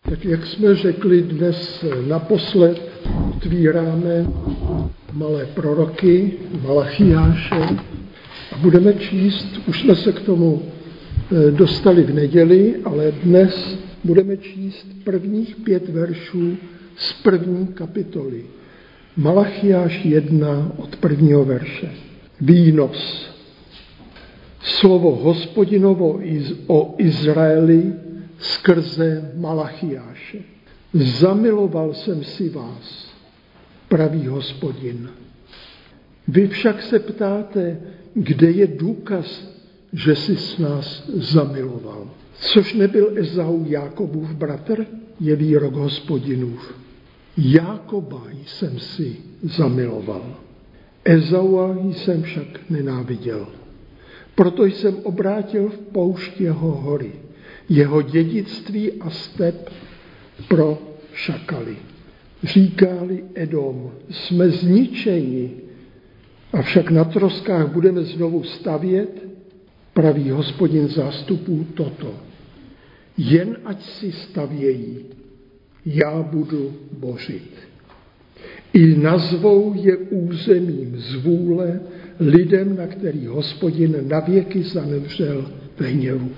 Tak jak jsme řekli, dnes naposled otvíráme malé proroky Malachiáše a budeme číst, už jsme se k tomu dostali v neděli, ale dnes budeme číst prvních 5 veršů z první kapitoly. Malachiáš 1 od prvního verše. Výnos. Slovo Hospodinovo o Izraeli skrze Malachiáše. Zamiloval jsem si vás, pravý Hospodin. Vy však se ptáte, kde je důkaz, že jsi s nás zamiloval. Což nebyl Ezau Jákobův bratr, je výrok Hospodinův. Jákoba jsem si zamiloval. Ezaua jsem však nenáviděl. Proto jsem obrátil v poušť jeho hory, jeho dědictví a step pro šakaly. Říká-li Edom, jsme zničeni, avšak na troskách budeme znovu stavět, praví Hospodin zástupů toto. Jen ať si stavějí, já budu bořit. I nazvou je územím zvůle lidem, na který Hospodin navěky zanevřel ve hněvu.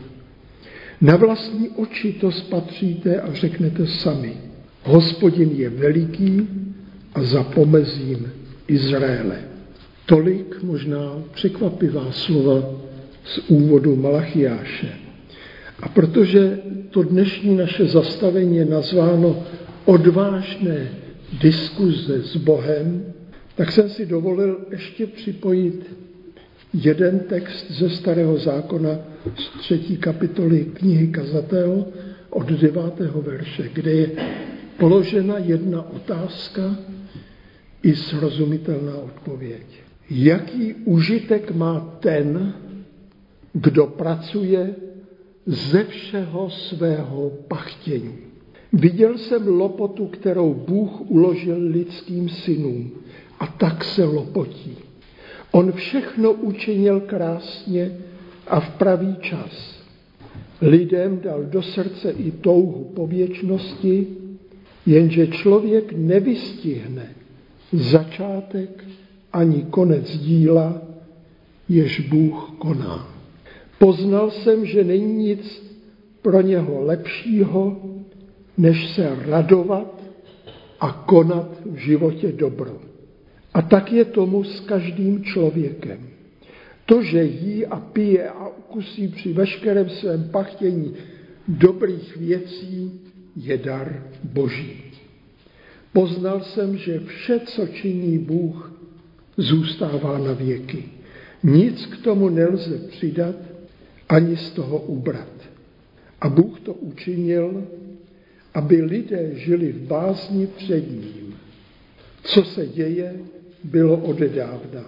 Na vlastní oči to spatříte a řeknete sami. Hospodin je veliký a za pomezím Izraele. Tolik možná překvapivá slova z úvodu Malachiáše. A protože to dnešní naše zastavení je nazváno odvážné diskuze s Bohem, tak jsem si dovolil ještě připojit jeden text ze Starého zákona z 3. kapitoly knihy Kazatel od 9. verše, kde je položena jedna otázka i srozumitelná odpověď. Jaký užitek má ten, kdo pracuje ze všeho svého pachtění? Viděl jsem lopotu, kterou Bůh uložil lidským synům, a tak se lopotí. On všechno učinil krásně a v pravý čas. Lidem dal do srdce i touhu po věčnosti, jenže člověk nevystihne začátek ani konec díla, jež Bůh koná. Poznal jsem, že není nic pro něho lepšího, než se radovat a konat v životě dobro. A tak je tomu s každým člověkem. To, že jí a pije a ukusí při veškerém svém pachtění dobrých věcí, je dar Boží. Poznal jsem, že vše, co činí Bůh, zůstává na věky. Nic k tomu nelze přidat, ani z toho ubrat. A Bůh to učinil, aby lidé žili v bázni před ním. Co se děje, bylo odedávna.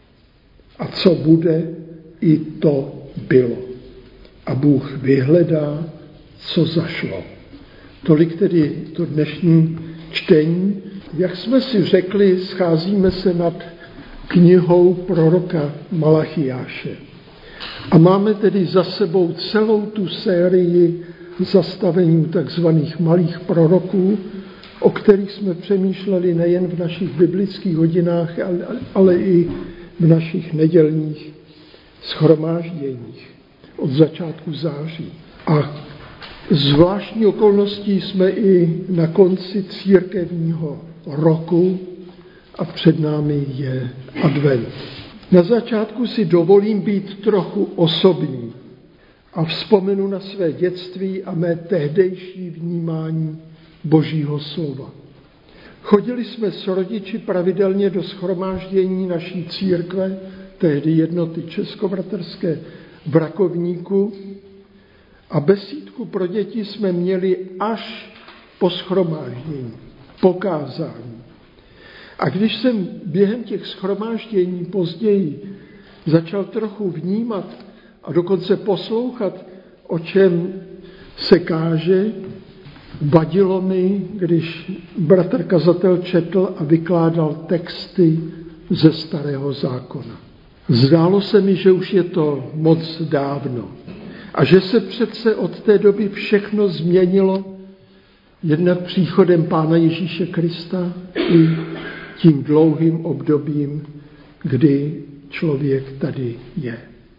A co bude, i to bylo. A Bůh vyhledá, co zašlo. Tolik tedy to dnešní čtení. Jak jsme si řekli, scházíme se nad knihou proroka Malachiáše. A máme tedy za sebou celou tu sérii zastavení takzvaných malých proroků, o kterých jsme přemýšleli nejen v našich biblických hodinách, ale i v našich nedělních shromážděních od začátku září. A zvláštní okolností jsme i na konci církevního roku a před námi je advent. Na začátku si dovolím být trochu osobní a vzpomenu na své dětství a mé tehdejší vnímání Božího slova. Chodili jsme s rodiči pravidelně do shromáždění naší církve, tehdy jednoty Českobratrské v Rakovníku, a besídku pro děti jsme měli až po shromáždění, po kázání. A když jsem během těch shromáždění později začal trochu vnímat a dokonce poslouchat, o čem se káže, vadilo mi, když bratr kazatel četl a vykládal texty ze Starého zákona. Zdálo se mi, že už je to moc dávno a že se přece od té doby všechno změnilo Jednak příchodem Pána Ježíše Krista i tím dlouhým obdobím, kdy člověk tady je.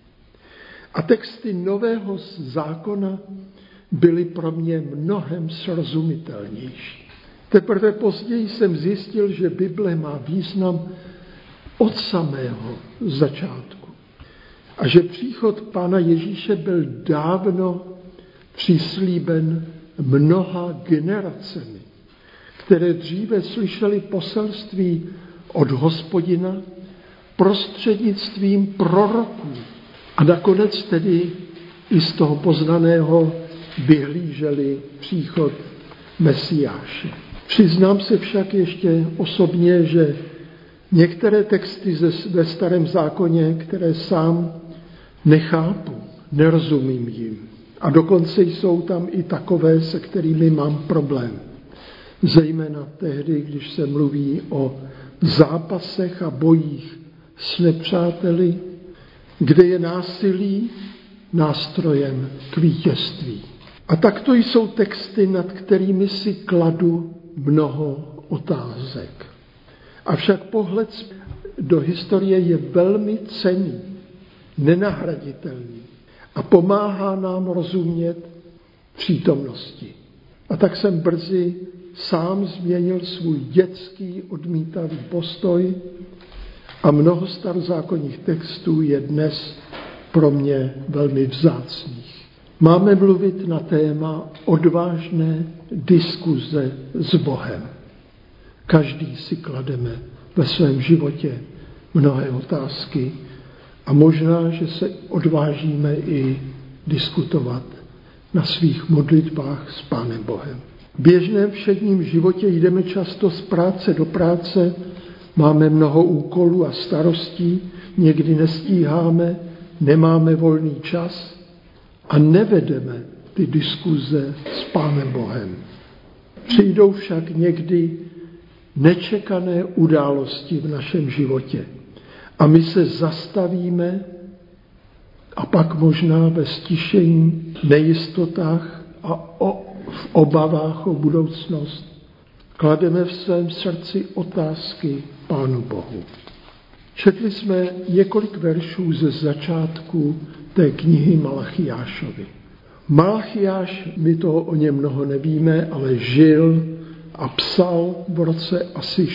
A texty Nového zákona byly pro mě mnohem srozumitelnější. Teprve později jsem zjistil, že Bible má význam od samého začátku. A že příchod Pána Ježíše byl dávno přislíben mnoha generacemi, které dříve slyšeli poselství od Hospodina prostřednictvím proroků. A nakonec tedy i z toho poznaného vyhlíželi příchod Mesiáše. Přiznám se však ještě osobně, že některé texty ve Starém zákoně, které sám nechápu, nerozumím jim. A dokonce jsou tam i takové, se kterými mám problém. Zejména tehdy, když se mluví o zápasech a bojích s nepřáteli, kde je násilí nástrojem k vítězství. A takto jsou texty, nad kterými si kladu mnoho otázek. Avšak pohled do historie je velmi cenný, nenahraditelný a pomáhá nám rozumět přítomnosti. A tak jsem brzy sám změnil svůj dětský odmítavý postoj a mnoho starozákonních textů je dnes pro mě velmi vzácných. Máme mluvit na téma odvážné diskuze s Bohem. Každý si klademe ve svém životě mnohé otázky a možná, že se odvážíme i diskutovat na svých modlitbách s Pánem Bohem. V běžném všedním životě jdeme často z práce do práce, máme mnoho úkolů a starostí, někdy nestíháme, nemáme volný čas a nevedeme ty diskuze s Pánem Bohem. Přijdou však někdy nečekané události v našem životě a my se zastavíme a pak možná ve stišení, nejistotách a v obavách o budoucnost klademe v svém srdci otázky Pánu Bohu. Četli jsme několik veršů ze začátku té knihy Malachiášovi. Malachiáš, my toho o něm mnoho nevíme, ale žil a psal v roce asi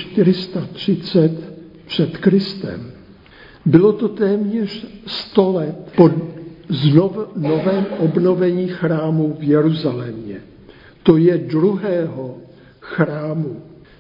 430 před Kristem. Bylo to téměř 100 let po novém obnovení chrámu v Jeruzalémě. To je druhého chrámu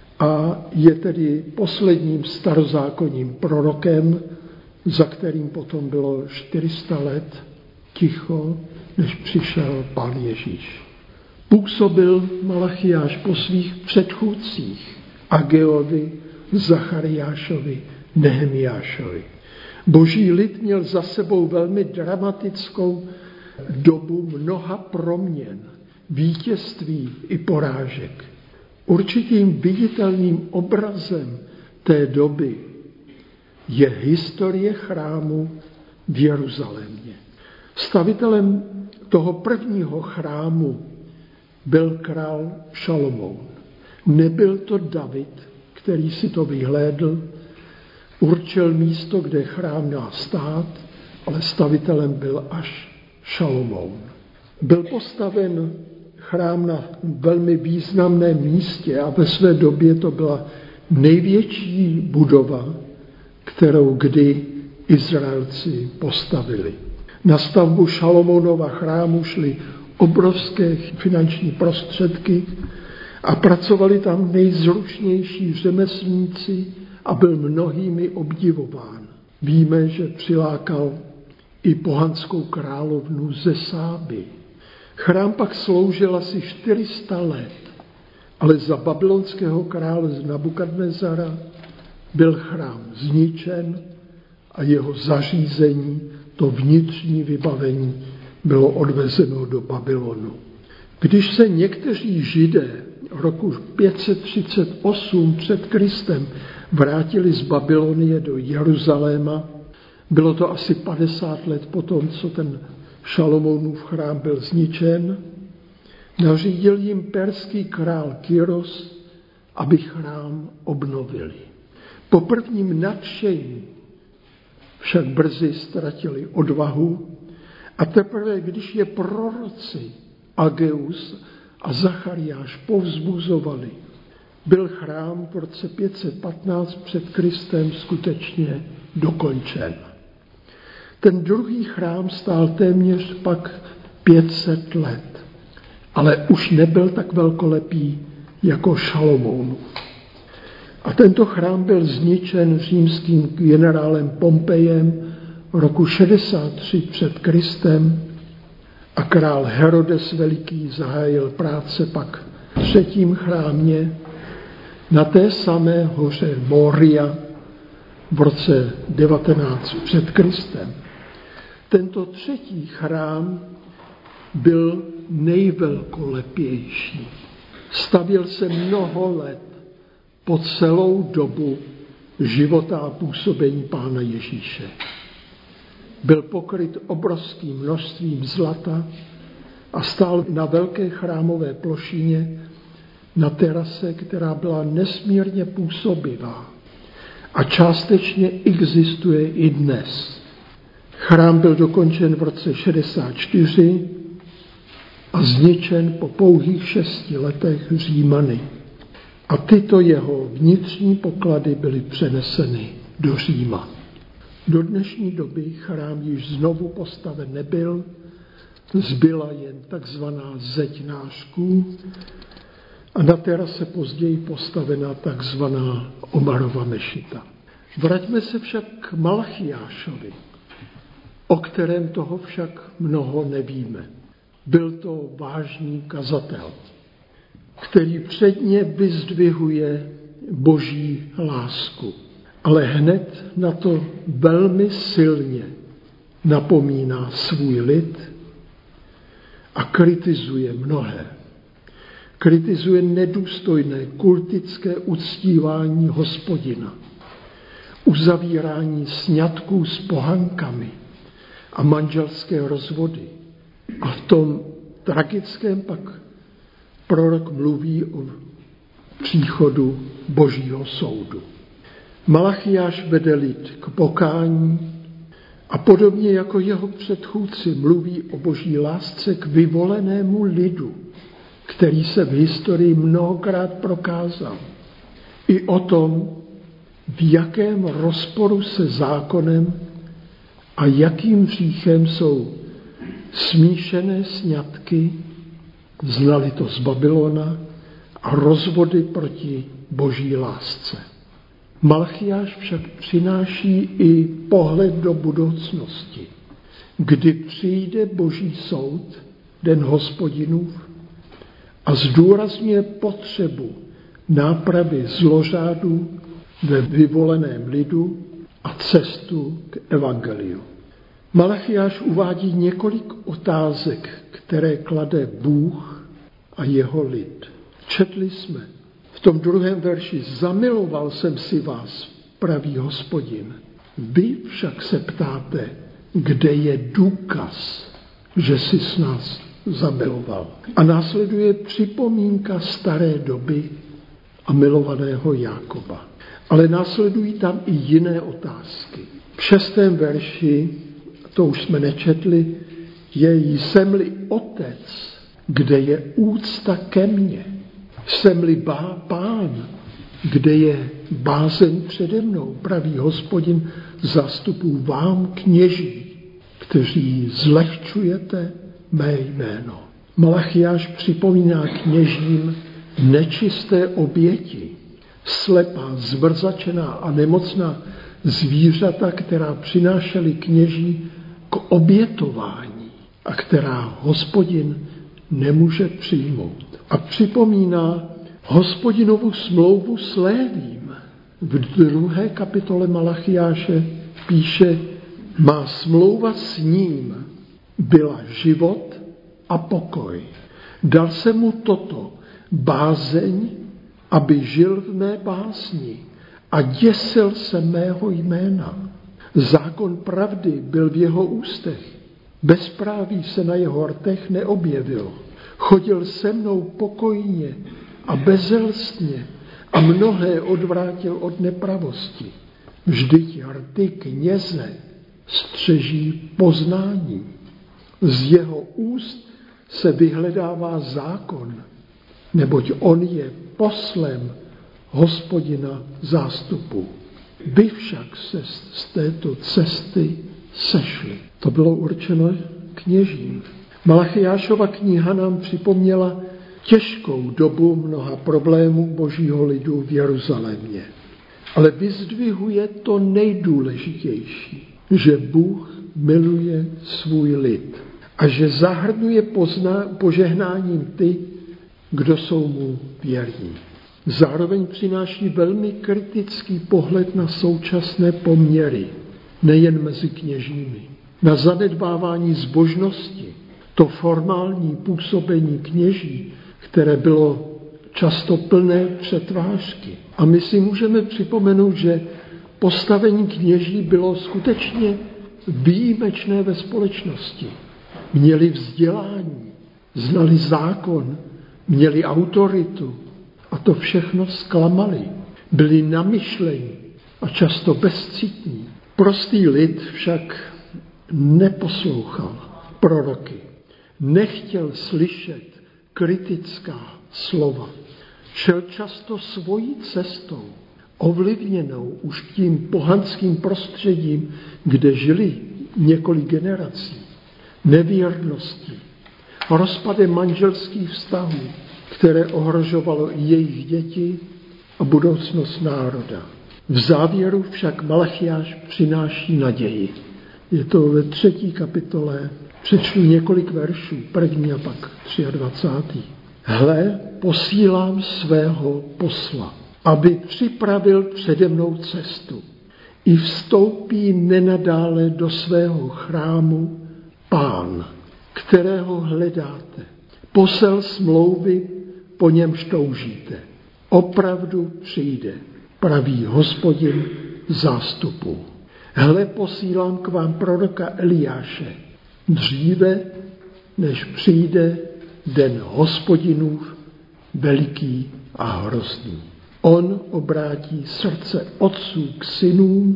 a je tedy posledním starozákonním prorokem, za kterým potom bylo 400 let ticho, než přišel Pán Ježíš. Působil Malachiáš po svých předchůdcích Ageovi, Zachariášovi, Nehemiášovi. Boží lid měl za sebou velmi dramatickou dobu mnoha proměn, vítězství i porážek. Určitým viditelným obrazem té doby je historie chrámu v Jeruzalémě. Stavitelem toho prvního chrámu byl král Šalomoun. Nebyl to David, který si to vyhlédl, určil místo, kde chrám měl stát, ale stavitelem byl až Šalomoun. Byl postaven chrám na velmi významném místě a ve své době to byla největší budova, kterou kdy Izraelci postavili. Na stavbu Šalomounova chrámu šly obrovské finanční prostředky a pracovali tam nejzručnější řemeslníci a byl mnohými obdivován. Víme, že přilákal i pohanskou královnu ze Sáby. Chrám pak sloužil asi 400 let, ale za babylonského krále z Nabukadnezara byl chrám zničen a jeho zařízení, to vnitřní vybavení, bylo odvezeno do Babylonu. Když se někteří Židé roku 538 před Kristem vrátili z Babylonie do Jeruzaléma, bylo to asi 50 let potom, co ten Šalomounův chrám byl zničen, nařídil jim perský král Kyros, aby chrám obnovili. Po prvním nadšení však brzy ztratili odvahu a teprve, když je proroci Ageus a Zachariáš povzbuzovali, byl chrám v roce 515 před Kristem skutečně dokončen. Ten druhý chrám stál téměř pak 500 let, ale už nebyl tak velkolepý jako Šalomounův. A tento chrám byl zničen římským generálem Pompejem roku 63 před Kristem a král Herodes Veliký zahájil práce pak v třetím chrámě na té samé hoře Moria v roce 19 před Kristem. Tento třetí chrám byl nejvelkolepější. Stavěl se mnoho let po celou dobu života a působení Pána Ježíše. Byl pokryt obrovským množstvím zlata a stál na velké chrámové plošině na terase, která byla nesmírně působivá a částečně existuje i dnes. Chrám byl dokončen v roce 64 a zničen po pouhých 6 letech Římany. A tyto jeho vnitřní poklady byly přeneseny do Říma. Do dnešní doby chrám již znovu postaven nebyl, zbyla jen takzvaná zeď nářků a na terase později postavena takzvaná Omarova mešita. Vraťme se však k Malachiášovi, o kterém toho však mnoho nevíme. Byl to vážný kazatel, který předně vyzdvihuje boží lásku, ale hned na to velmi silně napomíná svůj lid a kritizuje mnohé. Kritizuje nedůstojné kultické uctívání Hospodina, uzavírání sňatků s pohankami a manželské rozvody. A v tom tragickém pak prorok mluví o příchodu božího soudu. Malachiáš vede lid k pokání a podobně jako jeho předchůdci mluví o boží lásce k vyvolenému lidu, který se v historii mnohokrát prokázal. I o tom, v jakém rozporu se zákonem a jakým hříchem jsou smíšené sňatky, znali to z Babylona, a rozvody proti boží lásce. Malachiáš však přináší i pohled do budoucnosti, kdy přijde boží soud, den Hospodinův, a zdůrazňuje potřebu nápravy zlořádů ve vyvoleném lidu a cestu k evangeliu. Malachiáš uvádí několik otázek, které klade Bůh a jeho lid. Četli jsme v tom 2. verši: zamiloval jsem si vás, praví Hospodin. Vy však se ptáte, kde je důkaz, že jsi s nás zamiloval. A následuje připomínka staré doby a milovaného Jákoba. Ale následují tam i jiné otázky. V 6. verši, to už jsme nečetli, je: jsem-li otec, kde je úcta ke mně? Jsem-li pán, kde je bázeň přede mnou? Praví Hospodin zástupů vám, kněží, kteří zlehčujete mé jméno. Malachiáš připomíná kněžím nečisté oběti, slepá, zmrzačená a nemocná zvířata, která přinášeli kněží k obětování a která Hospodin nemůže přijmout. A připomíná Hospodinovu smlouvu s Lévím. V 2. kapitole Malachiáše píše: má smlouva s ním byla život a pokoj. Dal jsem mu toto, bázeň, aby žil v mé básni a děsil se mého jména. Zákon pravdy byl v jeho ústech, bezpráví se na jeho rtech neobjevilo. Chodil se mnou pokojně a bezelstně a mnohé odvrátil od nepravosti. Vždyť rty kněze střeží poznání. Z jeho úst se vyhledává zákon, neboť on je poslem Hospodina zástupu. Vy však se z této cesty sešli. To bylo určeno kněžím. Malachiášova kniha nám připomněla těžkou dobu mnoha problémů božího lidu v Jeruzalémě. Ale vyzdvihuje to nejdůležitější, že Bůh miluje svůj lid a že zahrnuje požehnáním ty, kdo jsou mu věrní. Zároveň přináší velmi kritický pohled na současné poměry, nejen mezi kněžími, na zanedbávání zbožnosti, to formální působení kněží, které bylo často plné přetvářky. A my si můžeme připomenout, že postavení kněží bylo skutečně výjimečné ve společnosti. Měli vzdělání, znali zákon, měli autoritu a to všechno zklamali. Byli namyšlení a často bezcitní. Prostý lid však neposlouchal proroky, nechtěl slyšet kritická slova. Šel často svojí cestou, ovlivněnou už tím pohanským prostředím, kde žili několik generací, nevěrností, rozpadem manželských vztahů, které ohrožovalo i jejich děti a budoucnost národa. V závěru však Malachiáš přináší naději. Je to ve 3. kapitole, přečtu několik veršů, 1. a pak 23. Hle, posílám svého posla, aby připravil přede mnou cestu. I vstoupí nenadále do svého chrámu Pán, kterého hledáte. Posel smlouvy, po němž toužíte. Opravdu přijde, praví Hospodin zástupů. Hle, posílám k vám proroka Eliáše, dříve, než přijde den Hospodinův veliký a hrozný. On obrátí srdce otců k synům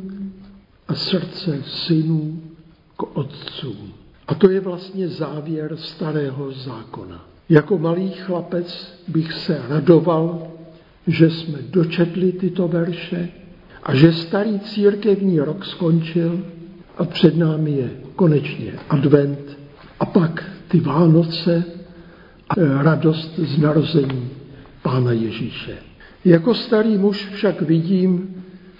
a srdce synů k otcům. A to je vlastně závěr starého zákona. Jako malý chlapec bych se radoval, že jsme dočetli tyto verše a že starý církevní rok skončil a před námi je konečně advent a pak ty Vánoce a radost z narození Pána Ježíše. Jako starý muž však vidím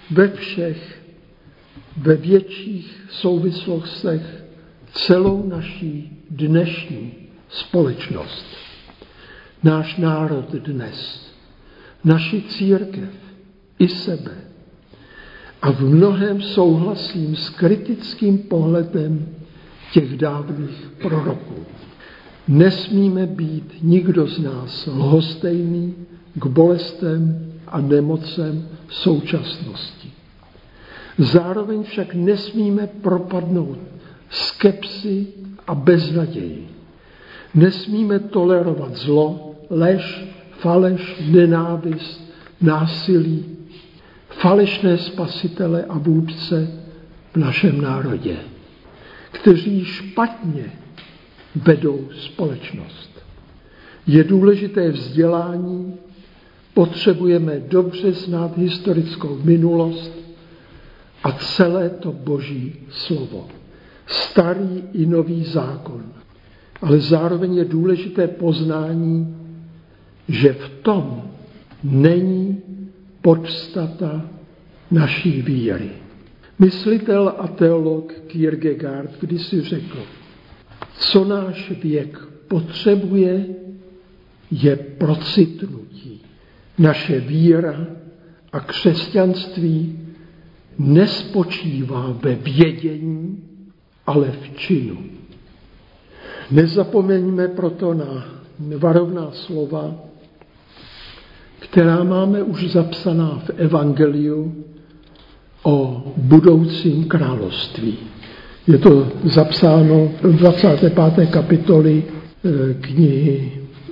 ve větších souvislostech celou naší dnešní společnost. Náš národ dnes, naši církev i sebe. A v mnohém souhlasím s kritickým pohledem těch dávných proroků. Nesmíme být nikdo z nás lhostejný k bolestem a nemocem současnosti. Zároveň však nesmíme propadnout skepsi a beznaději. Nesmíme tolerovat zlo, lež, faleš, nenávist, násilí, falešné spasitele a vůdce v našem národě, kteří špatně vedou společnost. Je důležité vzdělání, potřebujeme dobře znát historickou minulost a celé to Boží slovo. Starý i nový zákon. Ale zároveň je důležité poznání, že v tom není podstata naší víry. Myslitel a teolog Kierkegaard kdysi řekl, co náš věk potřebuje, je procitnutí. Naše víra a křesťanství nespočívá ve vědění, ale v činu. Nezapomeňme proto na varovná slova, která máme už zapsaná v Evangeliu o budoucím království. Je to zapsáno v 25. kapitoli knihy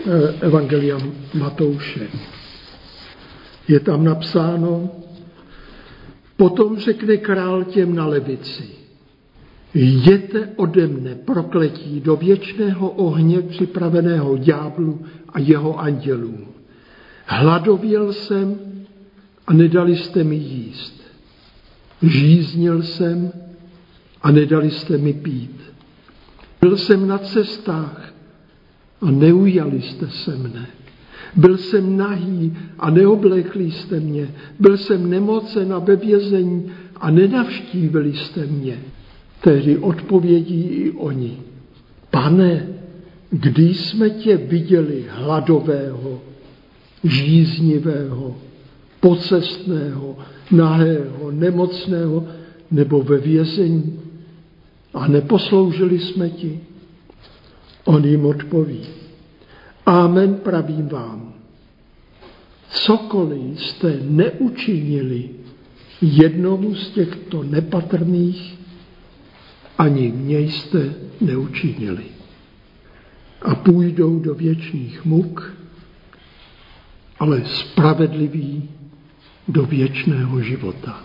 Evangelia Matouše. Je tam napsáno: potom řekne král těm na levici: jděte ode mne, prokletí, do věčného ohně připraveného ďáblu a jeho andělům. Hladověl jsem a nedali jste mi jíst. Žíznil jsem a nedali jste mi pít. Byl jsem na cestách a neujali jste se mne. Byl jsem nahý a neoblekli jste mě. Byl jsem nemocen a ve vězení a nenavštívili jste mě. Tehdy odpovědí i oni: Pane, kdy jsme tě viděli hladového, žíznivého, pocestného, nahého, nemocného nebo ve vězení a neposloužili jsme ti? On jim odpoví: Amen, pravím vám, cokoliv jste neučinili jednomu z těchto nepatrných, ani mě jste neučinili. A půjdou do věčných muk, ale spravedliví do věčného života.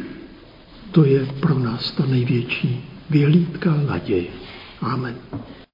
To je pro nás ta největší vyhlídka naděje. Amen.